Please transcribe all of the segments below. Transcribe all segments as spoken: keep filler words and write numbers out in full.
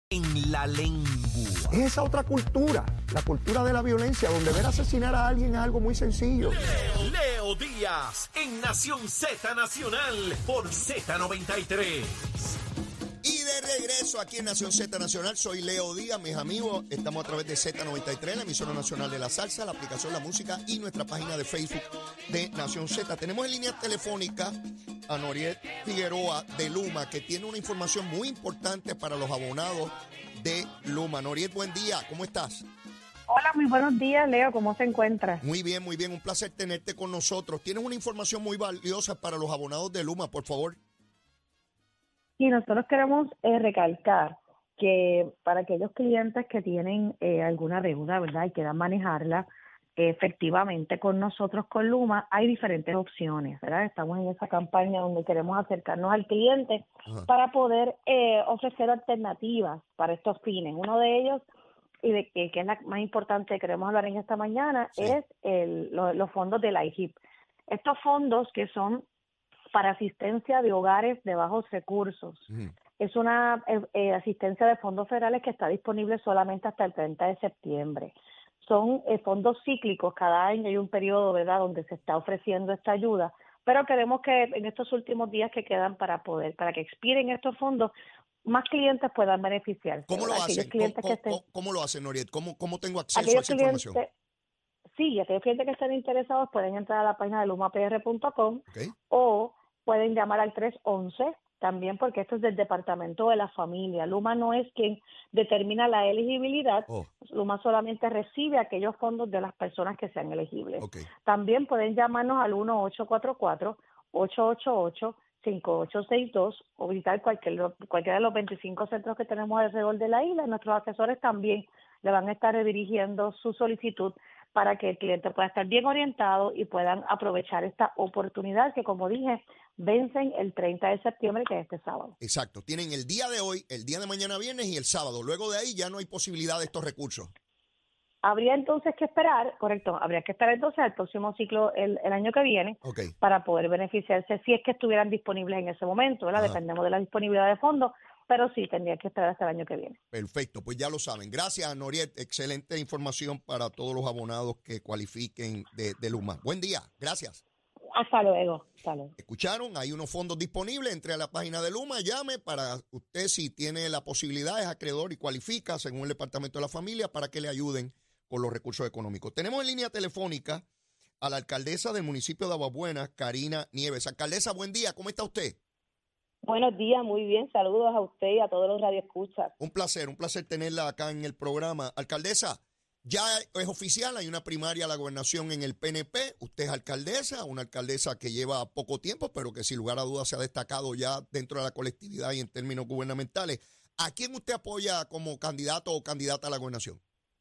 En la lengua. Es esa otra cultura, la cultura de la violencia, donde ver asesinar a alguien es algo muy sencillo. Leo, Leo Díaz, en Nación Z Nacional, por Z noventa y tres. Y de regreso aquí en Nación Z Nacional, soy Leo Díaz, mis amigos, estamos a través de Z noventa y tres, la emisora nacional de la salsa, la aplicación La Música y nuestra página de Facebook de Nación Z. Tenemos en línea telefónica a Noriet Figueroa de Luma, que tiene una información muy importante para los abonados de Luma. Noriet, buen día, ¿cómo estás? Hola, muy buenos días, Leo, ¿cómo se encuentra? Muy bien, muy bien, un placer tenerte con nosotros. Tienes una información muy valiosa para los abonados de Luma, por favor. Y nosotros queremos eh, recalcar que para aquellos clientes que tienen eh, alguna deuda, ¿verdad? Y quieran manejarla eh, efectivamente con nosotros, con Luma, hay diferentes opciones, ¿verdad? Estamos en esa campaña donde queremos acercarnos al cliente Ajá. para poder eh, ofrecer alternativas para estos fines. Uno de ellos, y de que, que es la más importante que queremos hablar en esta mañana, sí. es el, lo, los fondos de la I G I P. Estos fondos que son para asistencia de hogares de bajos recursos. Uh-huh. Es una eh, eh, asistencia de fondos federales que está disponible solamente hasta el treinta de septiembre. Son eh, fondos cíclicos, cada año hay un periodo, ¿verdad?, donde se está ofreciendo esta ayuda, pero queremos que en estos últimos días que quedan para poder, para que expiren estos fondos, más clientes puedan beneficiarse. ¿Cómo lo hacen? ¿Cómo, cómo, estén, ¿Cómo lo hacen, Noriet? ¿Cómo, ¿Cómo tengo acceso a esa clientes, información? Sí, aquellos clientes que estén interesados pueden entrar a la página de luma p r punto com okay. o pueden llamar al tres once también, porque esto es del Departamento de la Familia. Luma no es quien determina la elegibilidad, oh. Luma solamente recibe aquellos fondos de las personas que sean elegibles. Okay. También pueden llamarnos al uno ocho cuatro cuatro, ocho ocho ocho, cinco ocho seis dos o visitar cualquier, cualquiera de los veinticinco centros que tenemos alrededor de la isla. Nuestros asesores también le van a estar redirigiendo su solicitud para que el cliente pueda estar bien orientado y puedan aprovechar esta oportunidad que, como dije, vencen el treinta de septiembre, que es este sábado. Exacto. Tienen el día de hoy, el día de mañana viernes y el sábado. Luego de ahí ya no hay posibilidad de estos recursos. Habría entonces que esperar, correcto, habría que esperar entonces al próximo ciclo el, el año que viene okay. para poder beneficiarse si es que estuvieran disponibles en ese momento, ¿verdad? Ajá. Dependemos de la disponibilidad de fondos, pero sí tendría que esperar hasta el año que viene. Perfecto, pues ya lo saben. Gracias, Noriet. Excelente información para todos los abonados que cualifiquen de, de Luma. Buen día, gracias. Hasta luego. Hasta luego. Escucharon, hay unos fondos disponibles. Entre a la página de Luma, llame para usted si tiene la posibilidad, es acreedor y cualifica según el Departamento de la Familia para que le ayuden con los recursos económicos. Tenemos en línea telefónica a la alcaldesa del municipio de Aguabuena, Karina Nieves. Alcaldesa, buen día, ¿cómo está usted? Buenos días, muy bien. Saludos a usted y a todos los radioescuchas. Un placer, un placer tenerla acá en el programa. Alcaldesa, ya es oficial, hay una primaria a la gobernación en el P N P. Usted es alcaldesa, una alcaldesa que lleva poco tiempo, pero que sin lugar a dudas se ha destacado ya dentro de la colectividad y en términos gubernamentales. ¿A quién usted apoya como candidato o candidata a la gobernación?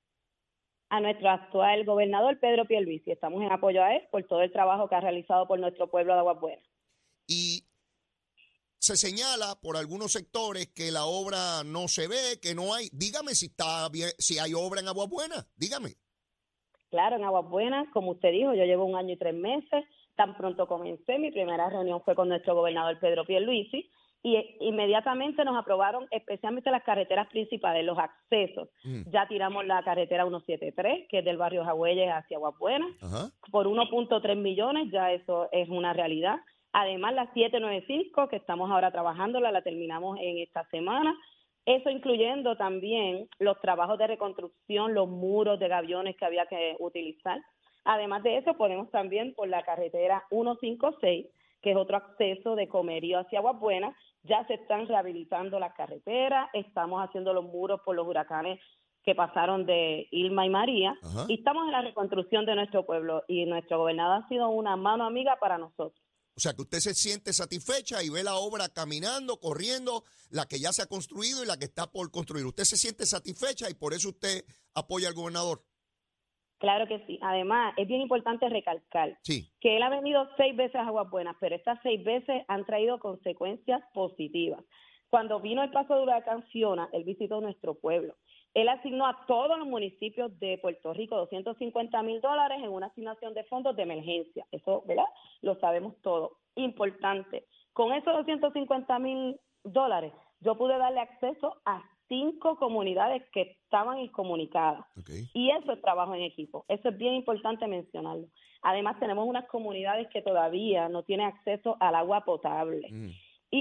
A nuestro actual gobernador, Pedro Pierluisi. Estamos en apoyo a él por todo el trabajo que ha realizado por nuestro pueblo de Aguabuena. Y se señala por algunos sectores que la obra no se ve, que no hay. Dígame si está bien, si hay obra en Aguabuena, dígame. Claro, en Aguabuena, como usted dijo, yo llevo un año y tres meses. Tan pronto comencé, mi primera reunión fue con nuestro gobernador Pedro Pierluisi y inmediatamente nos aprobaron especialmente las carreteras principales, los accesos. Mm. Ya tiramos la carretera ciento setenta y tres, que es del barrio Jagüeyes hacia Aguabuena, Ajá. por uno punto tres millones, ya eso es una realidad. Además, la setecientos noventa y cinco, que estamos ahora trabajándola, la terminamos en esta semana. Eso incluyendo también los trabajos de reconstrucción, los muros de gaviones que había que utilizar. Además de eso, podemos también por la carretera ciento cincuenta y seis, que es otro acceso de Comerío hacia Aguabuena. Ya se están rehabilitando las carreteras, estamos haciendo los muros por los huracanes que pasaron de Irma y María. Ajá. Y estamos en la reconstrucción de nuestro pueblo y nuestro gobernador ha sido una mano amiga para nosotros. O sea, que usted se siente satisfecha y ve la obra caminando, corriendo, la que ya se ha construido y la que está por construir. ¿Usted se siente satisfecha y por eso usted apoya al gobernador? Claro que sí. Además, es bien importante recalcar sí. que él ha venido seis veces a Aguabuena, pero estas seis veces han traído consecuencias positivas. Cuando vino el paso de huracán Fiona, él visitó nuestro pueblo. Él asignó a todos los municipios de Puerto Rico doscientos cincuenta mil dólares en una asignación de fondos de emergencia. Eso, ¿verdad? Lo sabemos todo. Importante. Con esos doscientos cincuenta mil dólares, yo pude darle acceso a cinco comunidades que estaban incomunicadas. Okay. Y eso es trabajo en equipo. Eso es bien importante mencionarlo. Además, tenemos unas comunidades que todavía no tienen acceso al agua potable. Mm.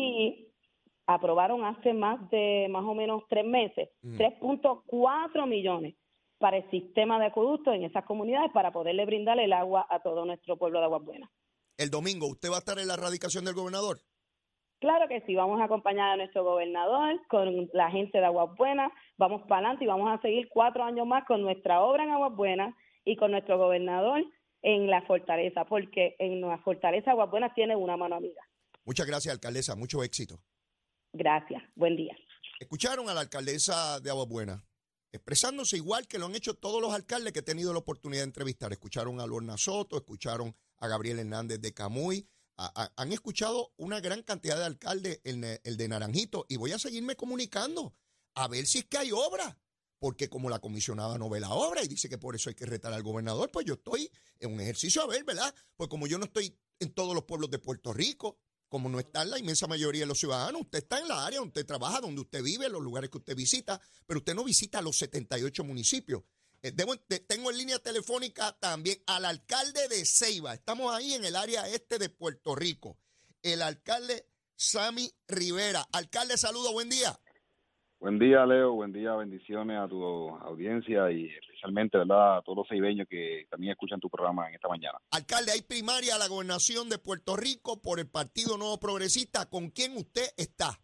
Y aprobaron hace más de más o menos tres meses, mm. tres punto cuatro millones para el sistema de acueductos en esas comunidades para poderle brindar el agua a todo nuestro pueblo de Aguas Buenas. El domingo, ¿usted va a estar en la radicación del gobernador? Claro que sí, vamos a acompañar a nuestro gobernador con la gente de Aguas Buenas, vamos para adelante y vamos a seguir cuatro años más con nuestra obra en Aguas Buenas y con nuestro gobernador en la fortaleza, porque en la fortaleza Aguas Buenas tiene una mano amiga. Muchas gracias, alcaldesa, mucho éxito. Gracias, buen día. Escucharon a la alcaldesa de Aguas Buenas expresándose igual que lo han hecho todos los alcaldes que he tenido la oportunidad de entrevistar. Escucharon a Lorna Soto, escucharon a Gabriel Hernández de Camuy, a, a, han escuchado una gran cantidad de alcaldes, el, el de Naranjito, y voy a seguirme comunicando a ver si es que hay obra, porque como la comisionada no ve la obra y dice que por eso hay que retar al gobernador, pues yo estoy en un ejercicio a ver, ¿verdad? Pues como yo no estoy en todos los pueblos de Puerto Rico, como no está en la inmensa mayoría de los ciudadanos, usted está en la área donde usted trabaja, donde usted vive, en los lugares que usted visita, pero usted no visita los setenta y ocho municipios. Eh, debo, de, tengo en línea telefónica también al alcalde de Ceiba. Estamos ahí en el área este de Puerto Rico. El alcalde Sammy Rivera. Alcalde, saludo, buen día. Buen día, Leo, buen día, bendiciones a tu audiencia y especialmente, ¿verdad?, a todos los ceibeños que también escuchan tu programa en esta mañana. Alcalde, hay primaria a la gobernación de Puerto Rico por el Partido Nuevo Progresista. ¿Con quién usted está?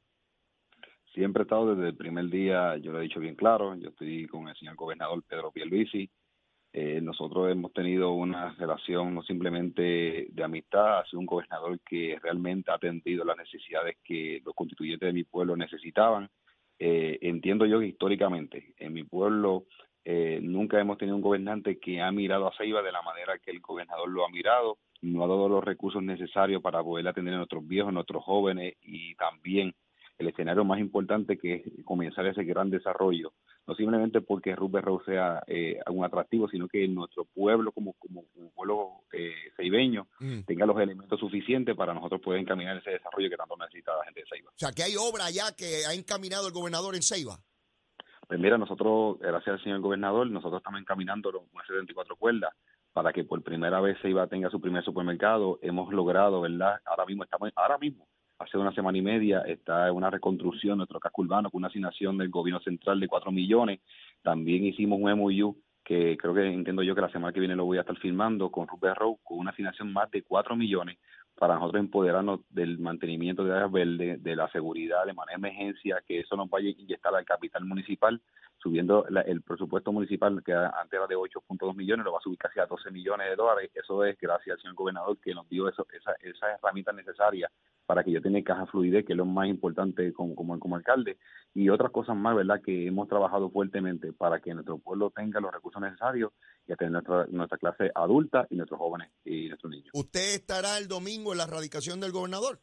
Siempre he estado desde el primer día, yo lo he dicho bien claro, yo estoy con el señor gobernador Pedro Pierluisi. Eh, nosotros hemos tenido una relación no simplemente de amistad, ha sido un gobernador que realmente ha atendido las necesidades que los constituyentes de mi pueblo necesitaban. Eh, entiendo yo que históricamente en mi pueblo eh, nunca hemos tenido un gobernante que ha mirado a Ceiba de la manera que el gobernador lo ha mirado, no ha dado los recursos necesarios para poder atender a nuestros viejos, a nuestros jóvenes y también el escenario más importante que es comenzar ese gran desarrollo, no simplemente porque Rupert Road sea eh, un atractivo, sino que nuestro pueblo como, como, como pueblo eh, ceibeño mm. tenga los elementos suficientes para nosotros poder encaminar ese desarrollo que tanto necesita la gente de Ceiba. O sea, que hay obra ya que ha encaminado el gobernador en Ceiba. Pues mira, nosotros, gracias al señor gobernador, nosotros estamos encaminando unas setenta y cuatro cuerdas para que por primera vez Ceiba tenga su primer supermercado. Hemos logrado, ¿verdad? Ahora mismo estamos, ahora mismo, hace una semana y media está en una reconstrucción de nuestro casco urbano con una asignación del gobierno central de cuatro millones. También hicimos un M O U que creo que entiendo yo que la semana que viene lo voy a estar firmando con Rupert Road con una asignación más de cuatro millones para nosotros empoderarnos del mantenimiento de áreas verdes, de la seguridad, de manera de emergencia, que eso nos vaya a inyectar al capital municipal, subiendo la, el presupuesto municipal que antes era de ocho punto dos millones, lo va a subir casi a doce millones de dólares. Eso es gracias al señor gobernador que nos dio eso, esa, esas herramientas necesarias para que yo tenga caja fluidez, que es lo más importante como, como, como alcalde, y otras cosas más, ¿verdad?, que hemos trabajado fuertemente para que nuestro pueblo tenga los recursos necesarios y a tener nuestra, nuestra clase adulta y nuestros jóvenes y nuestros niños. ¿Usted estará el domingo en la radicación del gobernador?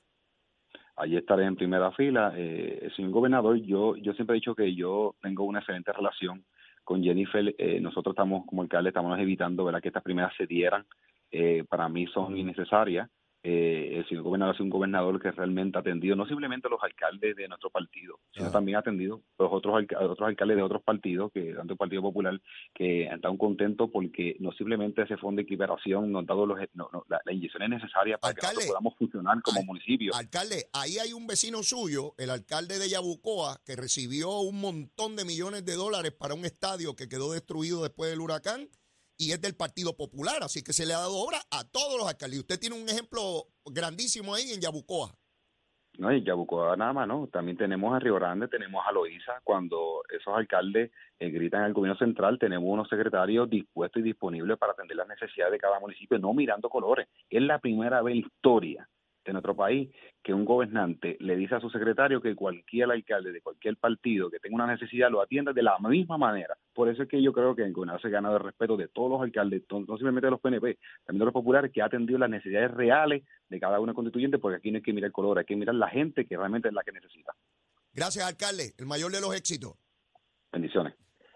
Allí estaré en primera fila. Eh, señor gobernador, yo yo siempre he dicho que yo tengo una excelente relación con Jennifer. Eh, nosotros estamos, como alcalde, estamos evitando, ¿verdad?, que estas primeras se dieran. Eh, para mí son innecesarias. Eh, el señor gobernador es un gobernador que realmente ha atendido no simplemente a los alcaldes de nuestro partido, sino uh-huh. también ha atendido a los otros, alca- otros alcaldes de otros partidos, que tanto el Partido Popular, que han estado contentos porque no simplemente ese fondo de equiparación nos ha dado los, no, no, la, la inyección es necesaria para alcalde, que nosotros podamos funcionar como al, municipio. Alcalde, ahí hay un vecino suyo, el alcalde de Yabucoa, que recibió un montón de millones de dólares para un estadio que quedó destruido después del huracán, y es del Partido Popular, así que se le ha dado obra a todos los alcaldes. Usted tiene un ejemplo grandísimo ahí en Yabucoa. No, en Yabucoa nada más, ¿no? También tenemos a Río Grande, tenemos a Loíza. Cuando esos alcaldes eh, gritan al gobierno central, tenemos unos secretarios dispuestos y disponibles para atender las necesidades de cada municipio, no mirando colores. Es la primera vez en la historia de nuestro país que un gobernante le dice a su secretario que cualquier alcalde de cualquier partido que tenga una necesidad lo atienda de la misma manera. Por eso es que yo creo que el gobernador se ha ganado el respeto de todos los alcaldes, no simplemente de los P N P, también de los populares, que ha atendido las necesidades reales de cada uno constituyente, porque aquí no hay que mirar color, hay que mirar la gente que realmente es la que necesita. Gracias, alcalde. El mayor de los éxitos. Bendiciones.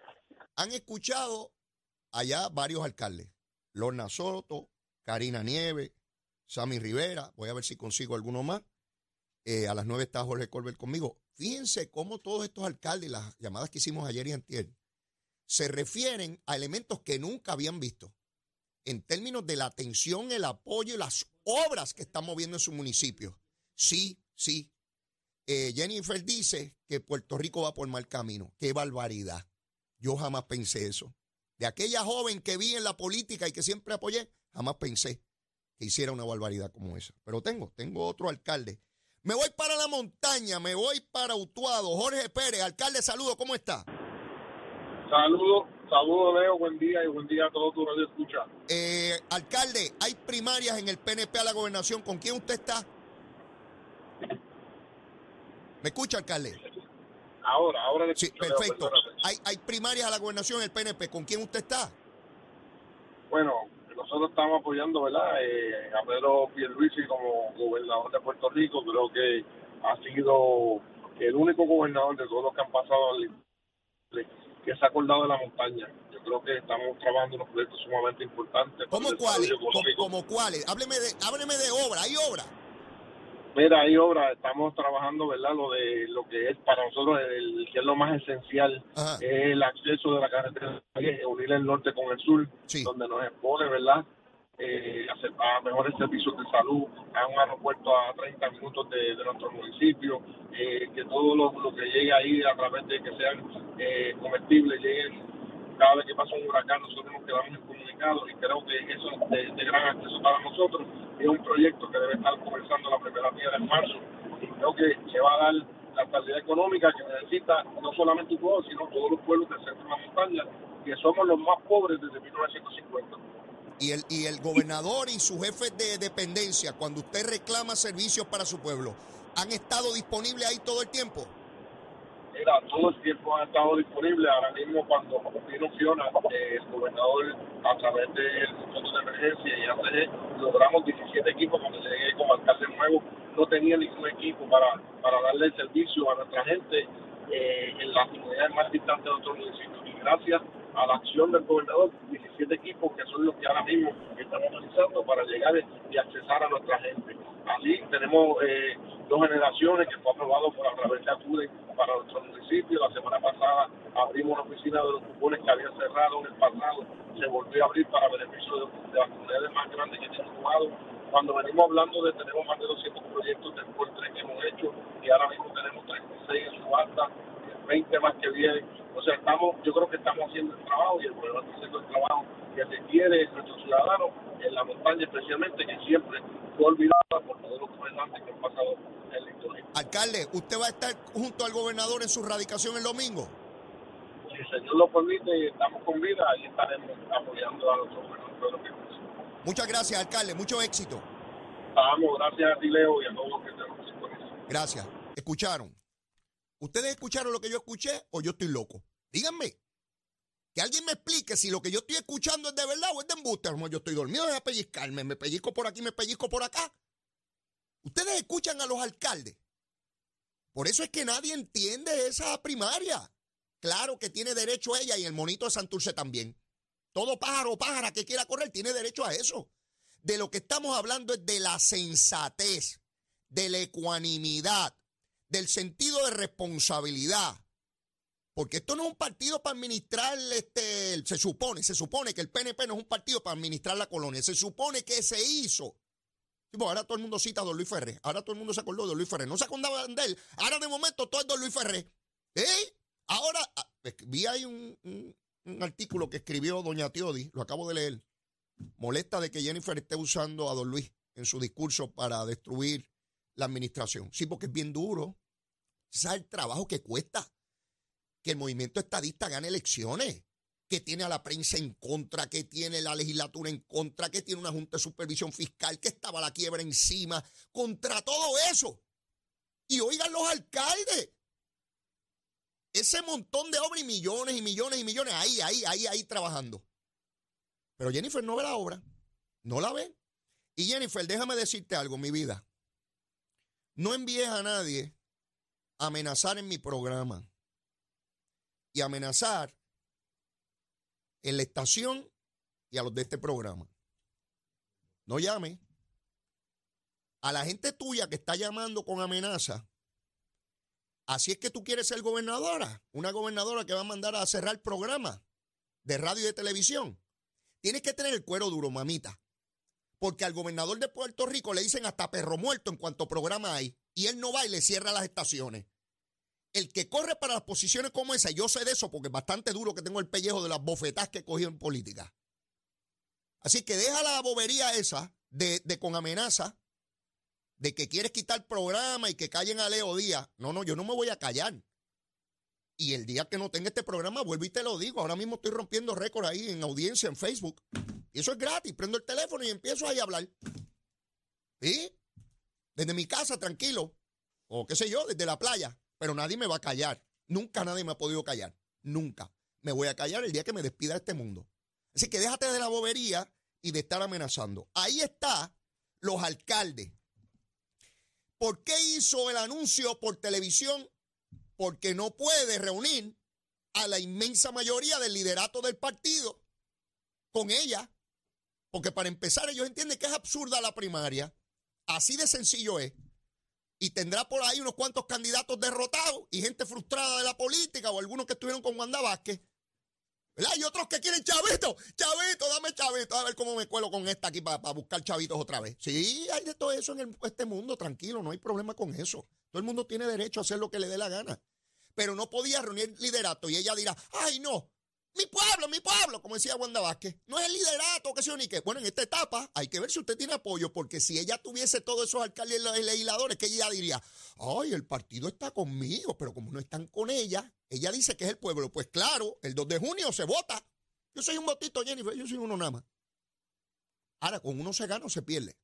Han escuchado allá varios alcaldes. Lorna Soto, Karina Nieves, Sammy Rivera, voy a ver si consigo alguno más. Eh, a las nueve está Jorge Colbert conmigo. fíjense cómo todos estos alcaldes, las llamadas que hicimos ayer y antier, se refieren a elementos que nunca habían visto en términos de la atención, el apoyo y las obras que están moviendo en su municipio. Sí, sí. Eh, Jennifer dice que Puerto Rico va por mal camino. ¡Qué barbaridad! Yo jamás pensé eso. De aquella joven que vi en la política y que siempre apoyé, jamás pensé que hiciera una barbaridad como esa. Pero tengo, tengo otro alcalde. Me voy para la montaña, me voy para Utuado. Jorge Pérez, alcalde, saludo, ¿cómo está? Saludos, saludos Leo, buen día y buen día a todos tus radio escucha. Eh, alcalde, hay primarias en el P N P a la gobernación. ¿Con quién usted está? ¿Me escucha, alcalde? Ahora, ahora. Sí, perfecto. Hay, hay primarias a la gobernación en el P N P. ¿Con quién usted está? Bueno, nosotros estamos apoyando, ¿verdad? Eh, a Pedro Pierluisi como gobernador de Puerto Rico. Creo que ha sido el único gobernador de todos los que han pasado que se ha acordado de la montaña. Yo creo que estamos trabajando unos proyectos sumamente importantes. ¿Cómo cuáles? ¿Cómo, ¿Cómo cuáles? Hábleme de, hábleme de obra. ¿Hay obra? Mira, hay obra, estamos trabajando, ¿verdad? Lo de lo que es para nosotros el que es lo más esencial, es el acceso de la carretera, unir el norte con el sur, sí, donde nos expone, ¿verdad? Eh, a mejores servicios de salud, a un aeropuerto a treinta minutos de, de nuestro municipio, eh, que todo lo, lo que llegue ahí a través de que sean eh, comestibles, lleguen. Cada vez que pasa un huracán nosotros nos quedamos incomunicados y creo que eso es de, de gran acceso para nosotros. Es un proyecto que debe estar comenzando la primera piedra en marzo y creo que se va a dar la estabilidad económica que necesita no solamente Utuado, sino todos los pueblos del centro de la montaña, que somos los más pobres desde mil novecientos cincuenta. Y el, y el gobernador y sus jefes de dependencia, cuando usted reclama servicios para su pueblo, ¿han estado disponibles ahí todo el tiempo? Mira, todo el tiempo han estado disponibles. Ahora mismo, cuando vino Fiona, eh, el gobernador, a través del fondo de emergencia y A C G, logramos diecisiete equipos. Cuando llegué como alcalde nuevo, no tenía ningún equipo para, para darle el servicio a nuestra gente eh, en las comunidades más distantes de nuestro municipio. Y gracias a la acción del gobernador, diecisiete equipos que son los que ahora mismo estamos utilizando para llegar y accesar a nuestra gente. Así tenemos eh, dos generaciones que fue aprobado por a través de ACUDE para nuestro municipio. La semana pasada abrimos una oficina de los cupones que habían cerrado en el pasado, se volvió a abrir para beneficio de, de las comunidades más grandes que tienen jugado. Cuando venimos hablando de tenemos más de doscientos proyectos de por tres que hemos hecho y ahora mismo tenemos treinta y seis en subasta, veinte más que vienen. O sea, estamos, yo creo que estamos haciendo el trabajo y el pueblo está haciendo el trabajo que se quiere nuestros ciudadanos en la montaña, especialmente, que siempre fue olvidada por todos los gobernantes que han pasado en la historia. Alcalde, ¿usted va a estar junto al gobernador en su radicación el domingo? Si el Señor lo permite y estamos con vida, ahí estaremos apoyando a nuestro gobernador. Muchas gracias, alcalde. Mucho éxito. Vamos, gracias a ti, Leo, y a todos los que tenemos sintonizado. Gracias. ¿Escucharon? ¿Ustedes escucharon lo que yo escuché o yo estoy loco? Díganme. Que alguien me explique si lo que yo estoy escuchando es de verdad o es de embuste. Como yo estoy dormido, deja pellizcarme. Me pellizco por aquí, me pellizco por acá. Ustedes escuchan a los alcaldes. Por eso es que nadie entiende esa primaria. Claro que tiene derecho ella y el monito de Santurce también. Todo pájaro o pájara que quiera correr tiene derecho a eso. De lo que estamos hablando es de la sensatez, de la ecuanimidad, del sentido de responsabilidad. Porque esto no es un partido para administrar, este, se supone, se supone que el P N P no es un partido para administrar la colonia. Se supone que se hizo. Tipo, ahora todo el mundo cita a don Luis Ferré. Ahora todo el mundo se acordó de don Luis Ferré. No se acordaban de él. Ahora de momento todo es don Luis Ferré. ¿Eh? Ahora, vi ahí un, un, un artículo que escribió doña Teodi, lo acabo de leer. Molesta de que Jennifer esté usando a don Luis en su discurso para destruir la administración. Sí, porque es bien duro. ¿Sabes el trabajo que cuesta? Que el movimiento estadista gane elecciones, que tiene a la prensa en contra, que tiene la legislatura en contra, que tiene una junta de supervisión fiscal, que estaba la quiebra encima, contra todo eso. Y oigan los alcaldes, ese montón de obras y millones y millones y millones, ahí, ahí, ahí, ahí trabajando. Pero Jennifer no ve la obra, no la ve. Y Jennifer, déjame decirte algo, mi vida. No envíes a nadie a amenazar en mi programa. Y amenazar en la estación y a los de este programa. No llame. A la gente tuya que está llamando con amenaza, Así es que tú quieres ser gobernadora, una gobernadora que va a mandar a cerrar programas de radio y de televisión. Tienes que tener el cuero duro, mamita. Porque al gobernador de Puerto Rico le dicen hasta perro muerto en cuanto programa hay. Y él no va y le cierra las estaciones. El que corre para las posiciones como esa, yo sé de eso porque es bastante duro que tengo el pellejo de las bofetadas que he cogido en política. Así que deja la bobería esa de, de con amenaza, de que quieres quitar programa y que callen a Leo Díaz. No, no, yo no me voy a callar. Y el día que no tenga este programa, vuelvo y te lo digo. Ahora mismo estoy rompiendo récord ahí en audiencia en Facebook. Y eso es gratis. Prendo el teléfono y empiezo ahí a hablar. ¿Sí? Desde mi casa, tranquilo. O qué sé yo, desde la playa. Pero nadie me va a callar. Nunca nadie me ha podido callar. Nunca. Me voy a callar el día que me despida de este mundo. Así que déjate de la bobería y de estar amenazando. Ahí está los alcaldes. ¿Por qué hizo el anuncio por televisión? Porque no puede reunir a la inmensa mayoría del liderato del partido con ella. Porque para empezar ellos entienden que es absurda la primaria. Así de sencillo es. Y tendrá por ahí unos cuantos candidatos derrotados y gente frustrada de la política o algunos que estuvieron con Wanda Vázquez. ¿Verdad? Y otros que quieren chavito, chavito, dame chavito, a ver cómo me cuelo con esta aquí para, para buscar chavitos otra vez. Sí, hay de todo eso en el, este mundo, tranquilo, no hay problema con eso. Todo el mundo tiene derecho a hacer lo que le dé la gana. Pero no podía reunir liderato y ella dirá, ay no, mi pueblo, mi pueblo, como decía Wanda Vázquez, no es el liderato, que sea ni qué. Bueno, en esta etapa hay que ver si usted tiene apoyo, porque si ella tuviese todos esos alcaldes y legisladores, que ella diría, ay, el partido está conmigo, pero como no están con ella, ella dice que es el pueblo. Pues claro, el dos de junio se vota. Yo soy un votito, Jennifer, yo soy uno nada más. Ahora, con uno se gana o se pierde.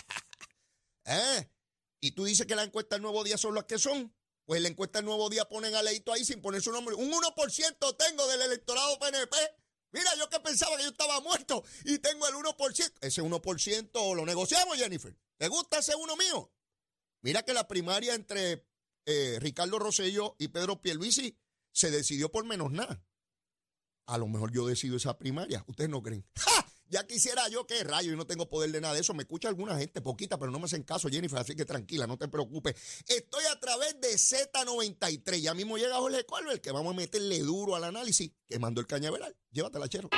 ¿Eh? Y tú dices que la encuesta del Nuevo Día son las que son. Pues la encuesta del Nuevo Día ponen a Leito ahí sin poner su nombre. Un uno por ciento tengo del electorado P N P. Mira, yo que pensaba que yo estaba muerto y tengo el uno por ciento. Ese uno por ciento lo negociamos, Jennifer. ¿Te gusta ese uno mío? Mira que la primaria entre eh, Ricardo Rosselló y Pedro Pierluisi se decidió por menos nada. A lo mejor yo decido esa primaria. ¿Ustedes no creen? ¡Ja! Ya quisiera yo, qué rayo, yo no tengo poder de nada de eso. Me escucha alguna gente, poquita, pero no me hacen caso, Jennifer, así que tranquila, no te preocupes. Estoy a través de Z noventa y tres. Ya mismo llega Jorge Colbert, que vamos a meterle duro al análisis que mandó el cañaveral. Llévatela, Chero.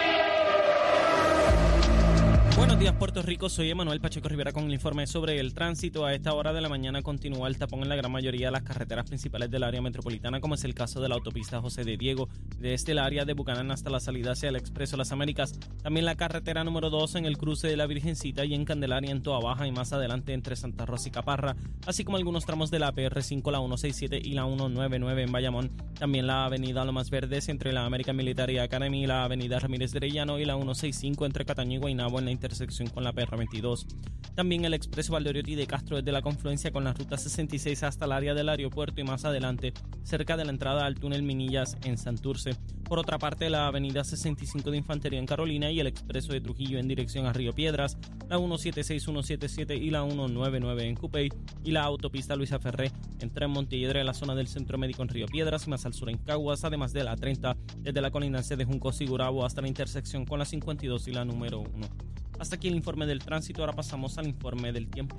Buenos días, Puerto Rico. Soy Emanuel Pacheco Rivera con el informe sobre el tránsito. A esta hora de la mañana continúa el tapón en la gran mayoría de las carreteras principales del área metropolitana, como es el caso de la autopista José de Diego, desde el área de Bucanán hasta la salida hacia el Expreso Las Américas. También la carretera número dos en el cruce de la Virgencita y en Candelaria en Toa Baja y más adelante entre Santa Rosa y Caparra, así como algunos tramos de la P R cinco, la ciento sesenta y siete y la ciento noventa y nueve en Bayamón. También la avenida Lomas Verdes entre la American Military Academy y la avenida Ramírez de Arellano y la ciento sesenta y cinco entre Cataño y Guaynabo en la intersección con la P R veintidós. También el expreso Valdoriotti de Castro desde la confluencia con la ruta sesenta y seis hasta el área del aeropuerto y más adelante cerca de la entrada al túnel Minillas en Santurce. Por otra parte, la avenida sesenta y cinco de Infantería en Carolina y el expreso de Trujillo en dirección a Río Piedras, la ciento setenta y seis, ciento setenta y siete y la ciento noventa y nueve en Cupey y la autopista Luisa Ferré entre Montelledre en la zona del Centro Médico en Río Piedras y más al sur en Caguas, además de la treinta desde la colindancia de Junco Sigurabo hasta la intersección con la cincuenta y dos y la número uno. Hasta aquí el informe del tránsito, ahora pasamos al informe del tiempo.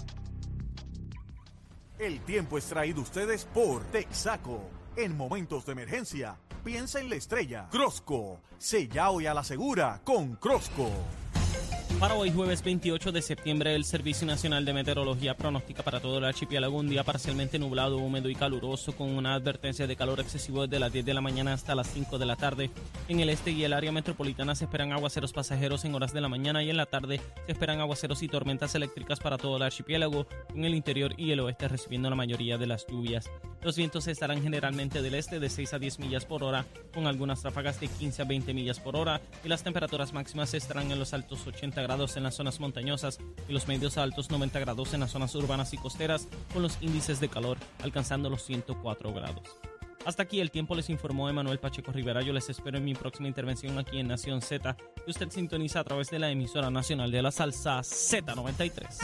El tiempo es traído a ustedes por Texaco. En momentos de emergencia, piensa en la estrella. Crosco, sella hoy a la segura con Crosco. Para hoy, jueves veintiocho de septiembre, el Servicio Nacional de Meteorología pronostica para todo el archipiélago un día parcialmente nublado, húmedo y caluroso, con una advertencia de calor excesivo desde las diez de la mañana hasta las cinco de la tarde. En el este y el área metropolitana se esperan aguaceros pasajeros en horas de la mañana y en la tarde se esperan aguaceros y tormentas eléctricas para todo el archipiélago, con el interior y el oeste recibiendo la mayoría de las lluvias. Los vientos estarán generalmente del este de seis a diez millas por hora, con algunas ráfagas de quince a veinte millas por hora, y las temperaturas máximas estarán en los altos ochenta grados en las zonas montañosas y los medios a altos noventa grados en las zonas urbanas y costeras, con los índices de calor alcanzando los ciento cuatro grados. Hasta aquí el tiempo, les informó Emanuel Pacheco Rivera. Yo les espero en mi próxima intervención aquí en Nación Z, que usted sintoniza a través de la emisora nacional de la salsa Z noventa y tres.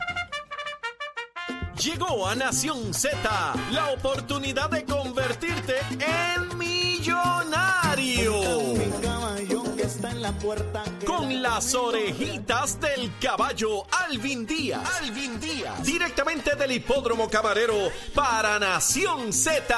Llegó a Nación Z la oportunidad de convertirte en millonario. Mi caballón que está en la Con las orejitas del caballo Alvin Díaz. Alvin Díaz. Directamente del Hipódromo Camarero para Nación Z.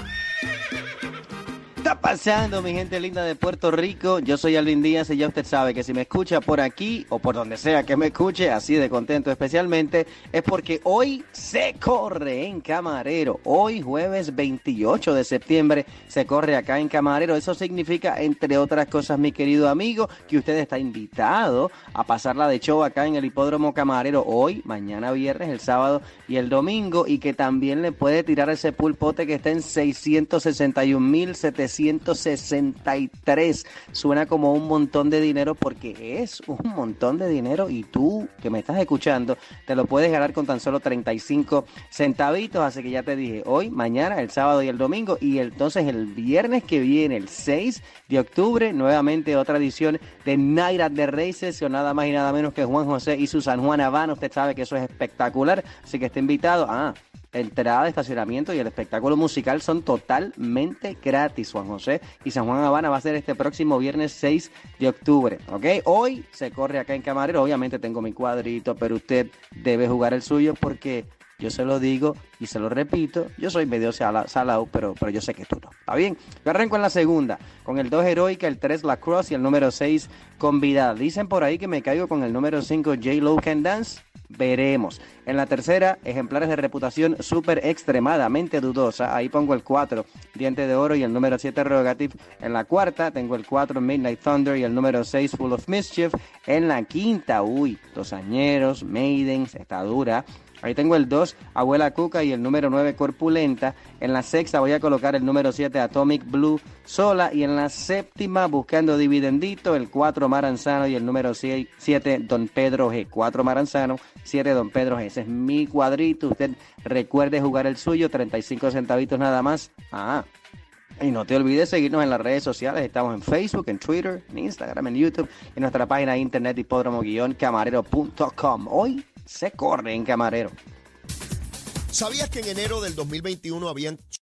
¿Qué está pasando, mi gente linda de Puerto Rico? Yo soy Alvin Díaz y ya usted sabe que si me escucha por aquí o por donde sea que me escuche, así de contento especialmente, es porque hoy se corre en Camarero. Hoy, jueves veintiocho de septiembre, se corre acá en Camarero. Eso significa, entre otras cosas, mi querido amigo, que usted está invitado a pasarla de show acá en el Hipódromo Camarero hoy, mañana viernes, el sábado y el domingo, y que también le puede tirar ese pulpote que está en seiscientos sesenta y un mil setecientos sesenta y tres. Suena como un montón de dinero porque es un montón de dinero y tú que me estás escuchando te lo puedes ganar con tan solo treinta y cinco centavitos. Así que ya te dije, hoy, mañana, el sábado y el domingo, y entonces el viernes que viene, el seis de octubre, nuevamente otra edición de Night at the Races, con nada más y nada menos que Juan José y su San Juan Habana. Usted sabe que eso es espectacular, así que está invitado. Ah, entrada de estacionamiento y el espectáculo musical son totalmente gratis. Juan José y San Juan Habana va a ser este próximo viernes seis de octubre, ¿ok? Hoy se corre acá en Camarero. Obviamente tengo mi cuadrito, pero usted debe jugar el suyo porque yo se lo digo y se lo repito. Yo soy medio salado, pero, pero yo sé que tú no. ¿Está bien? Yo arranco en la segunda, con el dos Heroica, el tres La Cross y el número seis Convidada. Dicen por ahí que me caigo con el número cinco J-Lo Can Dance. Veremos. En la tercera, ejemplares de reputación súper extremadamente dudosa. Ahí pongo el cuatro, Diente de Oro, y el número siete, Rogative. En la cuarta, tengo el cuatro, Midnight Thunder, y el número seis, Full of Mischief. En la quinta, uy, Dos Añeros, Maidens, está dura. Ahí tengo el dos, Abuela Cuca, y el número nueve, Corpulenta. En la sexta voy a colocar el número siete, Atomic Blue, sola. Y en la séptima, buscando dividendito, el cuatro, Maranzano, y el número siete, Don Pedro G. cuatro Maranzano, siete Don Pedro G. Ese es mi cuadrito. Usted recuerde jugar el suyo, treinta y cinco centavitos nada más. Ah, y no te olvides seguirnos en las redes sociales. Estamos en Facebook, en Twitter, en Instagram, en YouTube, en nuestra página de internet hipódromo guion camarero punto com. Hoy se corre en Camarero. ¿Sabías que en enero del dos mil veintiuno habían